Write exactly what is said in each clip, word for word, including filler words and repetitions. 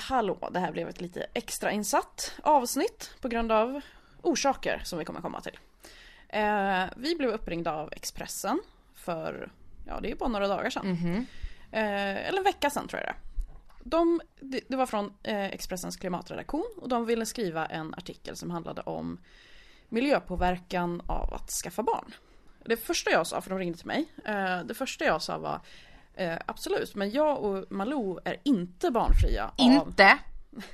hallå, det här blev ett lite extra insatt avsnitt på grund av orsaker som vi kommer komma till. Eh, vi blev uppringda av Expressen för, ja det är bara några dagar sedan. Mm-hmm. Eh, eller en vecka sedan tror jag det. De, det, det var från eh, Expressens klimatredaktion och de ville skriva en artikel som handlade om miljöpåverkan av att skaffa barn. Det första jag sa, för de ringde till mig, eh, det första jag sa var eh, absolut, men jag och Malou är inte barnfria. Inte? Av,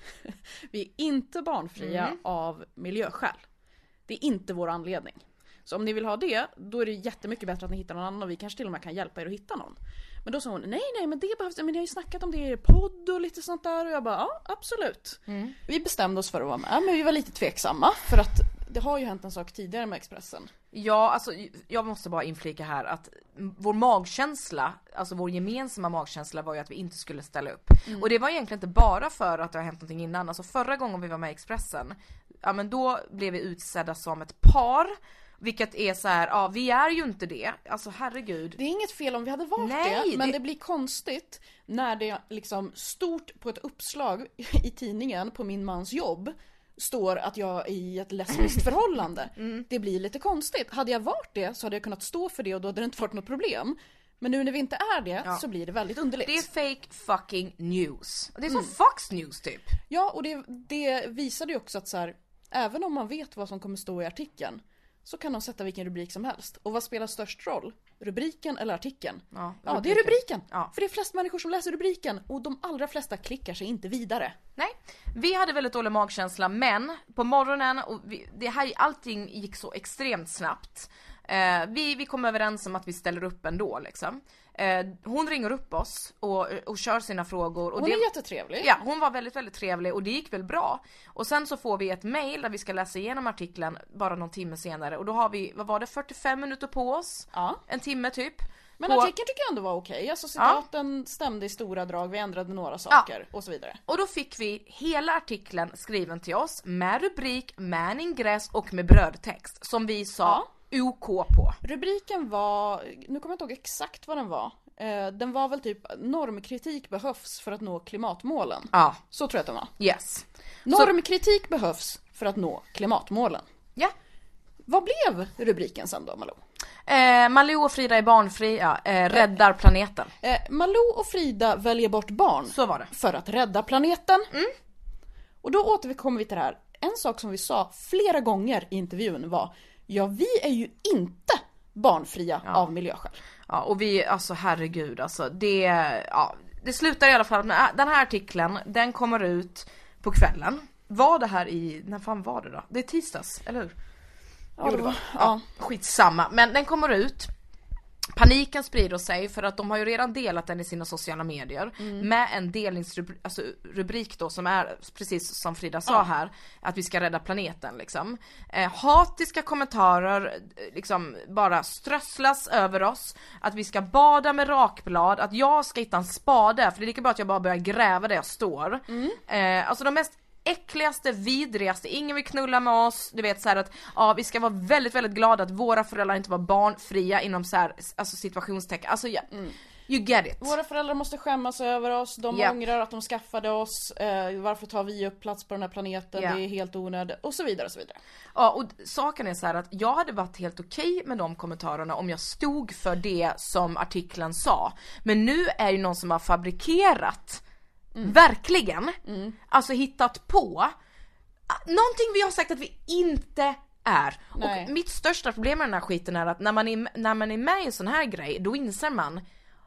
vi är inte barnfria mm. av miljöskäl. Det är inte vår anledning. Så om ni vill ha det, då är det jättemycket bättre att ni hittar någon annan och vi kanske till och med kan hjälpa er att hitta någon. Men då sa hon, nej nej men det behövs, men ni har ju snackat om det i er podd och lite sånt där och jag bara, ja absolut. Mm. Vi bestämde oss för att vara med, men vi var lite tveksamma för att det har ju hänt en sak tidigare med Expressen. Ja, alltså jag måste bara inflika här att vår magkänsla, alltså vår gemensamma magkänsla var ju att vi inte skulle ställa upp. Mm. Och det var egentligen inte bara för att det har hänt någonting innan. Alltså förra gången vi var med i Expressen, ja men då blev vi utsedda som ett par. Vilket är så här, ja vi är ju inte det. Alltså herregud. Det är inget fel om vi hade varit Nej, det. Men det... det blir konstigt när det liksom stort på ett uppslag i tidningen på min mans jobb står att jag är i ett lesbiskt förhållande. Mm. Det blir lite konstigt. Hade jag varit det så hade jag kunnat stå för det och då hade det inte varit något problem. Men nu när vi inte är det ja. så blir det väldigt underligt. Det är fake fucking news. Det är som mm. Fox News typ. Ja, och det, det visade ju också att så här, även om man vet vad som kommer stå i artikeln så kan de sätta vilken rubrik som helst. Och vad spelar störst roll? Rubriken eller artikeln? Ja, ja rubriken. Det är rubriken. Ja. För det är flest människor som läser rubriken. Och de allra flesta klickar sig inte vidare. Nej, vi hade väldigt dålig magkänsla. Men på morgonen, och vi, det här, allting gick så extremt snabbt. Eh, vi, vi kom överens om att vi ställer upp ändå liksom. Eh, hon ringer upp oss och, och kör sina frågor. Och hon det, är jättetrevlig. Ja, hon var väldigt, väldigt trevlig och det gick väl bra. Och sen så får vi ett mejl där vi ska läsa igenom artikeln bara någon timme senare. Och då har vi, vad var det, fyrtiofem minuter på oss? Ja. En timme typ. Men på... artikeln tycker jag ändå var okej. Alltså citaten ja. stämde i stora drag, vi ändrade några saker ja. och så vidare. Och då fick vi hela artikeln skriven till oss med rubrik, med ingress och med brödtext. Som vi sa... Ja. O K på. Rubriken var, nu kommer jag inte ihåg exakt vad den var. Eh, den var väl typ normkritik behövs för att nå klimatmålen. Ja. Så tror jag att den var. Yes. Normkritik Så... behövs för att nå klimatmålen. Ja. Vad blev rubriken sen då, Malou? Eh, Malou och Frida är barnfria, eh, räddar planeten. Eh, Malou och Frida väljer bort barn. Så var det. För att rädda planeten. Mm. Och då återkommer vi till det här. En sak som vi sa flera gånger i intervjun var: ja, vi är ju inte barnfria ja. av miljöskäl. Ja, och vi, alltså herregud, alltså det, ja, det slutar i alla fall med den här artikeln, den kommer ut på kvällen. Var det här i, när fan var det då? Det är tisdags, eller hur? Ja, det var, ja, ja. Skitsamma, men den kommer ut. Paniken sprider sig för att de har ju redan delat den i sina sociala medier mm. med en delningsrubrik alltså rubrik då som är precis som Frida sa ja. här, att vi ska rädda planeten liksom. Eh, hatiska kommentarer liksom bara strösslas över oss, att vi ska bada med rakblad, att jag ska hitta en spade för det är lika bra att jag bara börjar gräva där jag står. Mm. Eh, alltså de mest äckligaste, vidrigaste, ingen vill knulla med oss, du vet så här att ja, vi ska vara väldigt, väldigt glada att våra föräldrar inte var barnfria inom så här, alltså situationstecken, alltså ja, mm. you get it. Våra föräldrar måste skämmas över oss, de yep. ångrar att de skaffade oss, eh, varför tar vi upp plats på den här planeten, yeah. det är helt onödigt och så vidare och så vidare. Ja, och saken är så här att jag hade varit helt okej med de kommentarerna om jag stod för det som artikeln sa, men nu är det någon som har fabrikerat Mm. verkligen mm. alltså hittat på någonting vi har sagt att vi inte är. Nej. Och mitt största problem med den här skiten är att när man är, när man är med i en sån här grej, då inser man,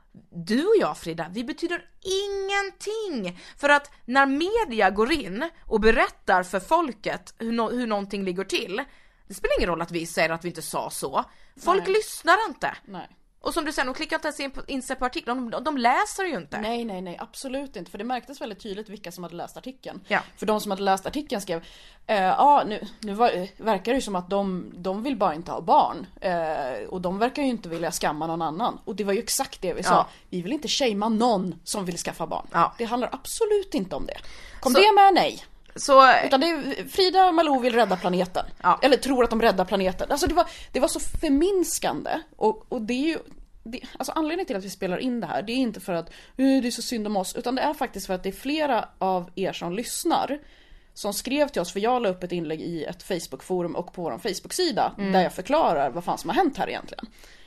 du och jag Frida, vi betyder ingenting. För att när media går in och berättar för folket hur, no- hur någonting ligger till, det spelar ingen roll att vi säger att vi inte sa så. Folk Nej. lyssnar inte. Nej. Och som du säger, de klickar inte ens in, på, in sig på artikeln. De, de läser ju inte. Nej, nej, nej, absolut inte. För det märktes väldigt tydligt vilka som hade läst artikeln. Ja. För de som hade läst artikeln skrev ja, eh, ah, nu, nu var, verkar det ju som att de, de vill bara inte ha barn. Eh, och de verkar ju inte vilja skamma någon annan. Och det var ju exakt det vi sa. Ja. Vi vill inte shamea någon som vill skaffa barn. Ja. Det handlar absolut inte om det. Kom Så... det med? Nej. Så... Utan det är, Frida och Malou vill rädda planeten. Ja. Eller tror att de räddar planeten. Alltså det var, det var så förminskande. Och, och det är ju det, alltså anledningen till att vi spelar in det här, det är inte för att uh, det är så synd om oss, utan det är faktiskt för att det är flera av er som lyssnar som skrev till oss, för jag la upp ett inlägg i ett Facebook-forum och på vår Facebook-sida mm. där jag förklarar vad fan som har hänt här egentligen.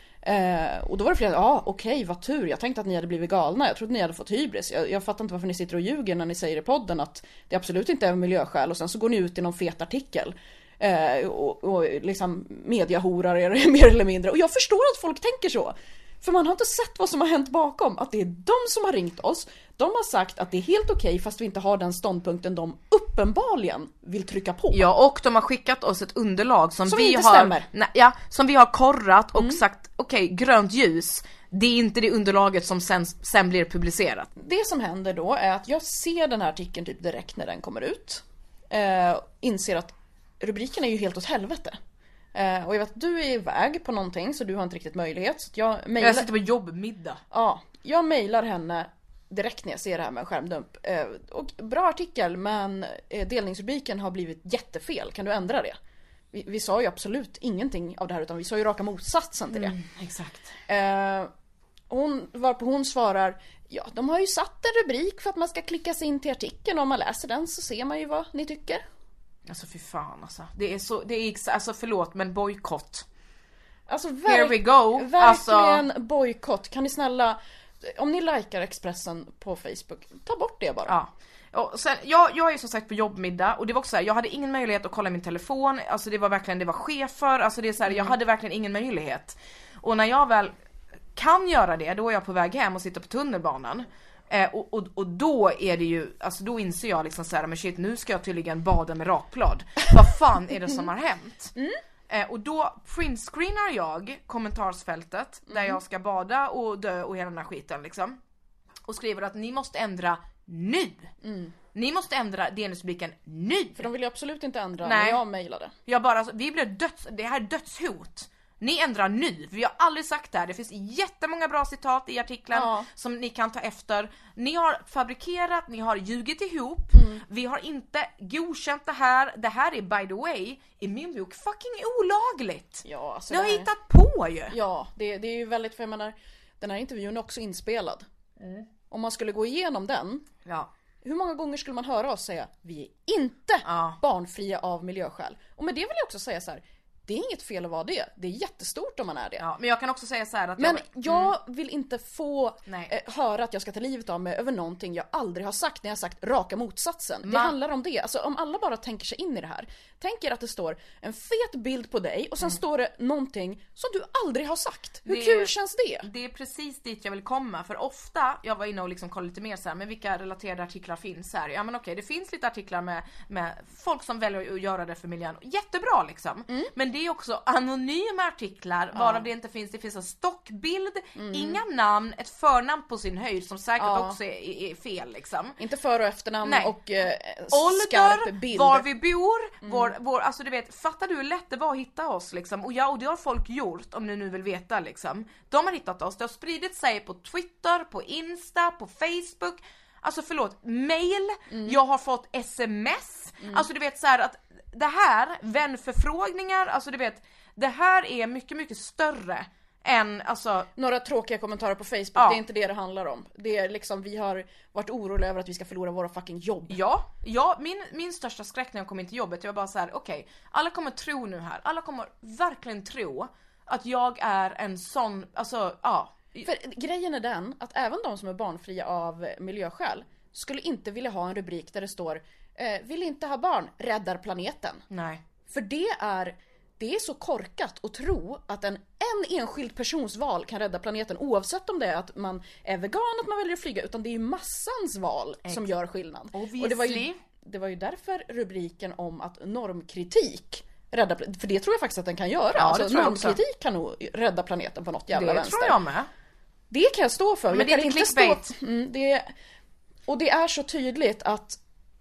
Eh, och då var det flera, ja ah, okej, okay, vad tur, jag tänkte att ni hade blivit galna, jag trodde ni hade fått hybris, jag, jag fattar inte varför ni sitter och ljuger när ni säger i podden att det absolut inte är miljöskäl, och sen så går ni ut i någon fet artikel eh, och, och liksom mediahorar er mer eller mindre, och jag förstår att folk tänker så. För man har inte sett vad som har hänt bakom. Att det är de som har ringt oss. De har sagt att det är helt okej fast vi inte har den ståndpunkten de uppenbarligen vill trycka på. Ja, och de har skickat oss ett underlag som, som vi inte har stämmer. Nej, ja, som vi har korrat och mm. sagt okej, okay, grönt ljus. Det är inte det underlaget som sen, sen blir publicerat. Det som händer då är att jag ser den här artikeln typ direkt när den kommer ut. Eh, inser att rubriken är ju helt åt helvete. Uh, och jag vet att du är iväg på någonting så du har inte riktigt möjlighet. Så jag, mailar... jag sitter på jobbmiddag. Ja, jag mejlar henne direkt när jag ser det här med en skärmdump. Uh, och bra artikel, men uh, delningsrubriken har blivit jättefel. Kan du ändra det? Vi, vi sa ju absolut ingenting av det här, utan vi sa ju raka motsatsen till det. Mm, exakt. Uh, hon, varpå hon svarar, ja, de har ju satt en rubrik för att man ska klicka sig in till artikeln. Om man läser den så ser man ju vad ni tycker. Alltså fy fan alltså. Det är så, det är alltså förlåt men bojkott. Alltså verk, Here we go. Verkligen alltså... bojkott. Kan ni snälla, om ni likar Expressen på Facebook, ta bort det bara. Ja. Och sen, jag, jag är ju som sagt på jobbmiddag och det var också så här, jag hade ingen möjlighet att kolla min telefon. Alltså det var verkligen, det var chefer. Alltså det är så här, mm. jag hade verkligen ingen möjlighet. Och när jag väl kan göra det, då är jag på väg hem och sitter på tunnelbanan. Eh, och, och, och då är det ju, alltså då inser jag liksom så här, men shit, nu ska jag tydligen bada med rakblad. Vad fan är det som har hänt? Mm. Eh, och då printscreenar jag kommentarsfältet mm. där jag ska bada och dö och hela den här skiten liksom. Och skriver att ni måste ändra nu. Mm. Ni måste ändra delningsrubriken nu. För de vill ju absolut inte ändra. Nej. När jag mejlade. Jag bara, alltså, vi blir döds, det här är dödshot. Ni ändrar nu, vi har aldrig sagt det här. Det finns jättemånga bra citat i artikeln ja. som ni kan ta efter. Ni har fabrikerat, ni har ljugit ihop. Mm. Vi har inte godkänt det här. Det här är, by the way, i min bok fucking olagligt. Ja, alltså ni har här... hittat på ju. Ja, det, det är ju väldigt, för jag menar, den här intervjun är också inspelad. Mm. Om man skulle gå igenom den, ja. hur många gånger skulle man höra oss säga vi är inte ja. barnfria av miljöskäl? Och med det vill jag också säga så här, det är inget fel att vara det. Det är jättestort om man är det. Ja, men jag kan också säga så här att Men jag, jag mm. vill inte få eh, höra att jag ska ta livet av mig över någonting jag aldrig har sagt när jag har sagt raka motsatsen. Man... Det handlar om det. Alltså om alla bara tänker sig in i det här. Tänk er att det står en fet bild på dig och sen mm. står det någonting som du aldrig har sagt. Hur det, kul känns det? Det är precis dit jag vill komma. För ofta, jag var inne och liksom kollade lite mer så här, men vilka relaterade artiklar finns här? Ja men okej, det finns lite artiklar med, med folk som väljer att göra det för miljön. Jättebra liksom. Mm. Men det är också anonyma artiklar varav ja. det inte finns, det finns en stockbild, mm. inga namn, ett förnamn på sin höjd som säkert ja. också är, är fel liksom. Inte för- och efternamn Nej. och eh, ålder, bild. var vi bor, mm. vår, vår, alltså du vet, fattar du hur lätt det var att hitta oss liksom? Och ja, och det har folk gjort, om ni nu vill veta liksom. De har hittat oss, det har spridit sig på Twitter, på Insta, på Facebook. Alltså förlåt, mail, mm. jag har fått sms, mm. alltså du vet så här att det här, vänförfrågningar, alltså du vet, det här är mycket, mycket större än, alltså... Några tråkiga kommentarer på Facebook, ja. det är inte det det handlar om. Det är liksom, vi har varit oroliga över att vi ska förlora våra fucking jobb. Ja, ja min, min största skräck när jag kom in till jobbet, jag var bara så här: okej, okay, alla kommer tro nu här, alla kommer verkligen tro att jag är en sån, alltså, ja. För grejen är den, att även de som är barnfria av miljöskäl skulle inte vilja ha en rubrik där det står eh, vill inte ha barn, räddar planeten. Nej. För det är, det är så korkat att tro att en, en enskild persons val kan rädda planeten, oavsett om det är att man är vegan, att man väljer att flyga, utan det är ju massans val Ex. som gör skillnad. Obviously. Och det var, ju, det var ju därför rubriken om att normkritik rädda, för det tror jag faktiskt att den kan göra. Ja, alltså, normkritik kan nog rädda planeten på något jävla det vänster. Det tror jag med. Det kan jag stå för. Men jag det är kan inte inte clickbait. Stå, mm, det, och det är så tydligt att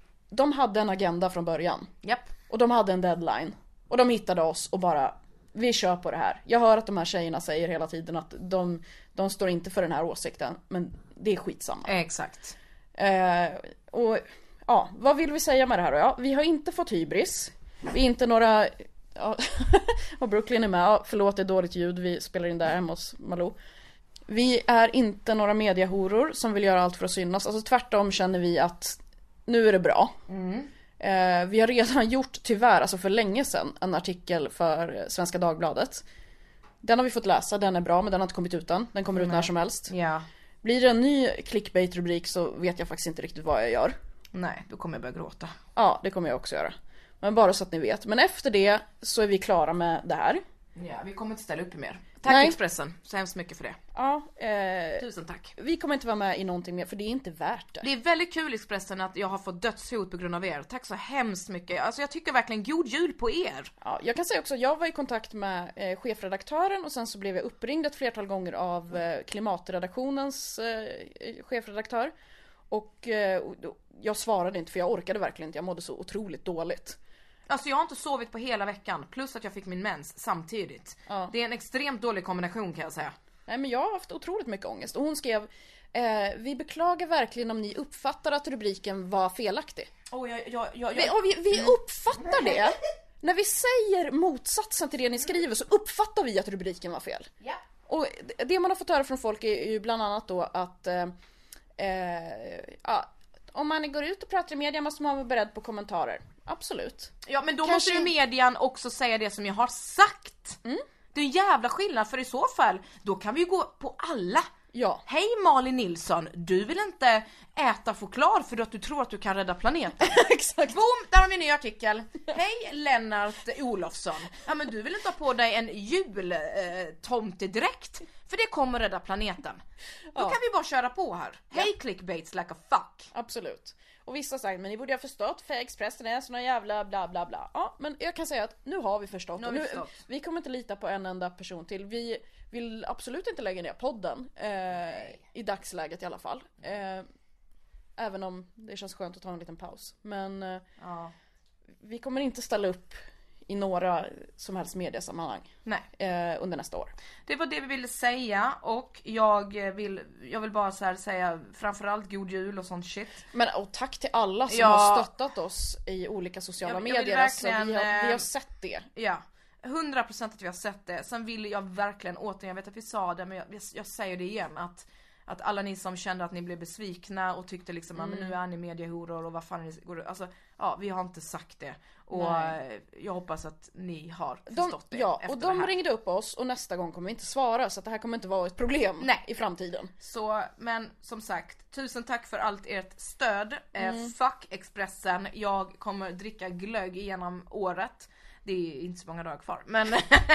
de hade en agenda från början. Yep. Och de hade en deadline. Och de hittade oss och bara, vi kör på det här. Jag hör att de här tjejerna säger hela tiden att de, de står inte för den här åsikten. Men det är skitsamma. Exakt. Eh, och ja, vad vill vi säga med det här då? Ja, vi har inte fått hybris. Vi är inte några... Ja, och Brooklyn är med. Ja, förlåt, det är dåligt ljud. Vi spelar in där hemma hos Malou. Vi är inte några mediehoror som vill göra allt för att synas. Alltså tvärtom känner vi att nu är det bra. Mm. Eh, vi har redan gjort, tyvärr, alltså för länge sedan, en artikel för Svenska Dagbladet. Den har vi fått läsa, den är bra, men den har inte kommit ut än. Den kommer ut Nej. när som helst. Ja. Blir det en ny clickbait-rubrik så vet jag faktiskt inte riktigt vad jag gör. Nej, då kommer jag börja gråta. Ja, det kommer jag också göra. Men bara så att ni vet. Men efter det så är vi klara med det här. Ja, vi kommer inte ställa upp mer. Tack Nej. Expressen, så hemskt mycket för det. Ja, eh, Tusen tack. Vi kommer inte vara med i någonting mer, för det är inte värt det. Det är väldigt kul, Expressen, att jag har fått dödshot på grund av er. Tack så hemskt mycket. Alltså jag tycker verkligen god jul på er. Ja, jag kan säga också, jag var i kontakt med eh, chefredaktören och sen så blev jag uppringd ett flertal gånger av eh, klimatredaktionens eh, chefredaktör. Och eh, jag svarade inte, för jag orkade verkligen inte. Jag mådde så otroligt dåligt. Alltså jag har inte sovit på hela veckan, plus att jag fick min mens samtidigt. Ja. Det är en extremt dålig kombination, kan jag säga. Nej, men jag har haft otroligt mycket ångest. Och hon skrev, eh, vi beklagar verkligen om ni uppfattar att rubriken var felaktig. Oh, jag, jag, jag, vi, och vi, vi uppfattar det. När vi säger motsatsen till det ni skriver så uppfattar vi att rubriken var fel. Ja. Och det man har fått höra från folk är ju bland annat då att eh, eh, ja, om man går ut och pratar i media måste man vara beredd på kommentarer. Absolut. Ja, men då Kanske... måste ju median också säga det som jag har sagt. Mm. Det är en jävla skillnad, för i så fall då kan vi ju gå på alla. Ja. Hej Malin Nilsson, du vill inte äta choklad för att du tror att du kan rädda planeten. Exakt. Boom, där har vi en ny artikel. Hej Lennart Olofsson. Ja, men du vill inte ha på dig en jultomtedräkt eh, för det kommer rädda planeten. Då ja. kan vi bara köra på här. Hej ja. Clickbaits like a fuck. Absolut. Och vissa säger, men ni borde ha förstått för Expressen är såna jävla bla bla bla. Ja, men jag kan säga att nu har vi förstått. Nu har vi, nu, förstått. Vi kommer inte lita på en enda person till. Vi vill absolut inte lägga ner podden. Eh, I dagsläget i alla fall. Eh, även om det känns skönt att ta en liten paus. Men eh, ja. vi kommer inte ställa upp i några som helst mediesammanhang. Nej. Eh, under nästa år. Det var det vi ville säga, och jag vill, jag vill bara så här säga framförallt god jul och sånt shit. Men och tack till alla som ja. har stöttat oss i olika sociala jag, medier. Jag verkligen, alltså, vi, har, vi har sett det. Ja, hundra procent att vi har sett det. Sen vill jag verkligen återigen, jag vet att vi sa det, men jag, jag säger det igen, att att alla ni som kände att ni blev besvikna och tyckte liksom mm. men nu är ni mediehoror och vad fan är ni går, alltså ja, vi har inte sagt det. Och Nej. jag hoppas att ni har förstått de, det. Ja, och de ringde upp oss och nästa gång kommer vi inte svara, så att det här kommer inte vara ett problem Nej. i framtiden. Så, men som sagt, tusen tack för allt ert stöd. Mm. Eh, fuck Expressen. Jag kommer dricka glögg genom året. Det är inte så många dagar kvar, men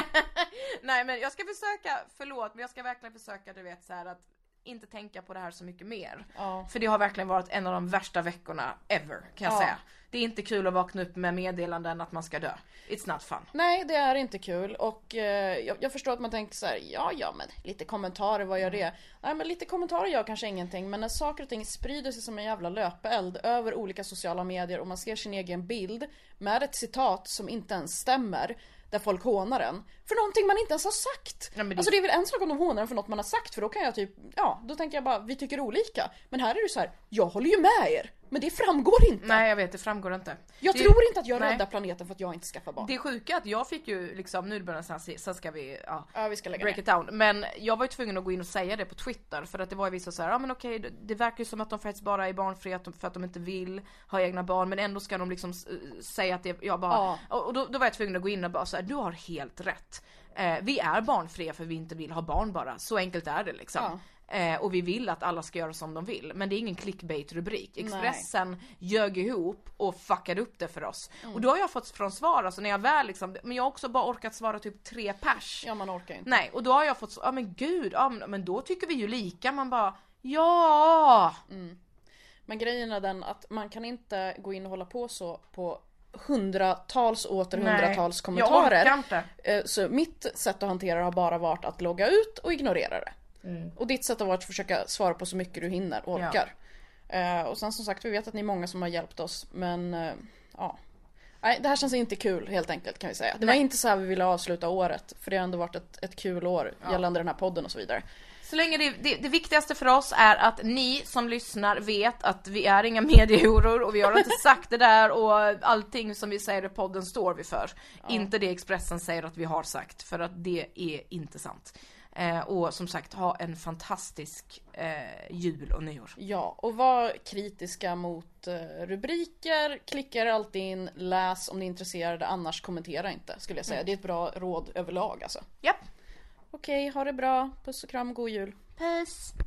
nej, men jag ska försöka, förlåt, men jag ska verkligen försöka, du vet, så här att inte tänka på det här så mycket mer. Ja. För det har verkligen varit en av de värsta veckorna ever, kan jag ja. säga. Det är inte kul att vakna upp med meddelanden att man ska dö. It's not fun. Nej, det är inte kul. Och eh, jag, jag förstår att man tänker så här: ja, ja, men lite kommentarer, vad gör det? Nej, men lite kommentarer gör kanske ingenting. Men när saker och ting sprider sig som en jävla löpeld över olika sociala medier och man ser sin egen bild med ett citat som inte ens stämmer, där folk hånar den för någonting man inte ens har sagt. Ja, det... Alltså det är väl en sak om de hånar den för något man har sagt, för då kan jag typ, ja, då tänker jag bara, vi tycker olika. Men här är det så här, jag håller ju med er, men det framgår inte. Nej, jag vet, det framgår inte. Jag det... tror inte att jag Nej. räddar planeten för att jag inte skaffar barn. Det är sjuka att jag fick ju liksom, nu börjar det sen, sen ska vi, ja, ja vi ska lägga break ner. it down. Men jag var ju tvungen att gå in och säga det på Twitter, för att det var ju vissa så här, ja men okej, det, det verkar ju som att de faktiskt bara är barnfria för att de inte vill ha egna barn, men ändå ska de liksom uh, säga att det, jag bara, ja. och då, då var jag tvungen att gå in och bara så här, du har helt rätt. Eh, vi är barnfria för vi inte vill ha barn bara, så enkelt är det liksom. Ja. Eh, och vi vill att alla ska göra som de vill. Men det är ingen clickbait-rubrik. Expressen Nej. ljög ihop och fuckade upp det för oss. Mm. Och då har jag fått från svar, alltså när jag väl liksom, men jag har också bara orkat svara typ tre pers. Ja, man orkar inte. Nej, och då har jag fått, ja men gud, ja, men då tycker vi ju lika. Man bara, ja. Mm. Men grejen är den att man kan inte gå in och hålla på så på hundratals och åter hundratals kommentarer. Jag orkar inte. Så mitt sätt att hantera det har bara varit att logga ut och ignorera det. Mm. Och ditt sätt har varit att försöka svara på så mycket du hinner och orkar. Ja. Uh, och sen som sagt, vi vet att ni är många som har hjälpt oss. Men uh, ja, nej, det här känns inte kul helt enkelt, kan vi säga. Det Nej. var inte så här vi ville avsluta året. För det har ändå varit ett, ett kul år ja. gällande den här podden och så vidare. Så länge det, det, det viktigaste för oss är att ni som lyssnar vet att vi är inga mediehoror och vi har inte sagt det där, och allting som vi säger i podden står vi för. Ja. Inte det Expressen säger att vi har sagt, för att det är inte sant. Eh, och som sagt, ha en fantastisk eh, jul och nyår. Ja, och var kritiska mot eh, rubriker, klicka er alltid in, läs om ni är intresserade, annars kommentera inte skulle jag säga. Mm. Det är ett bra råd överlag alltså. Japp. Okej, ha det bra, puss och kram, god jul. Puss!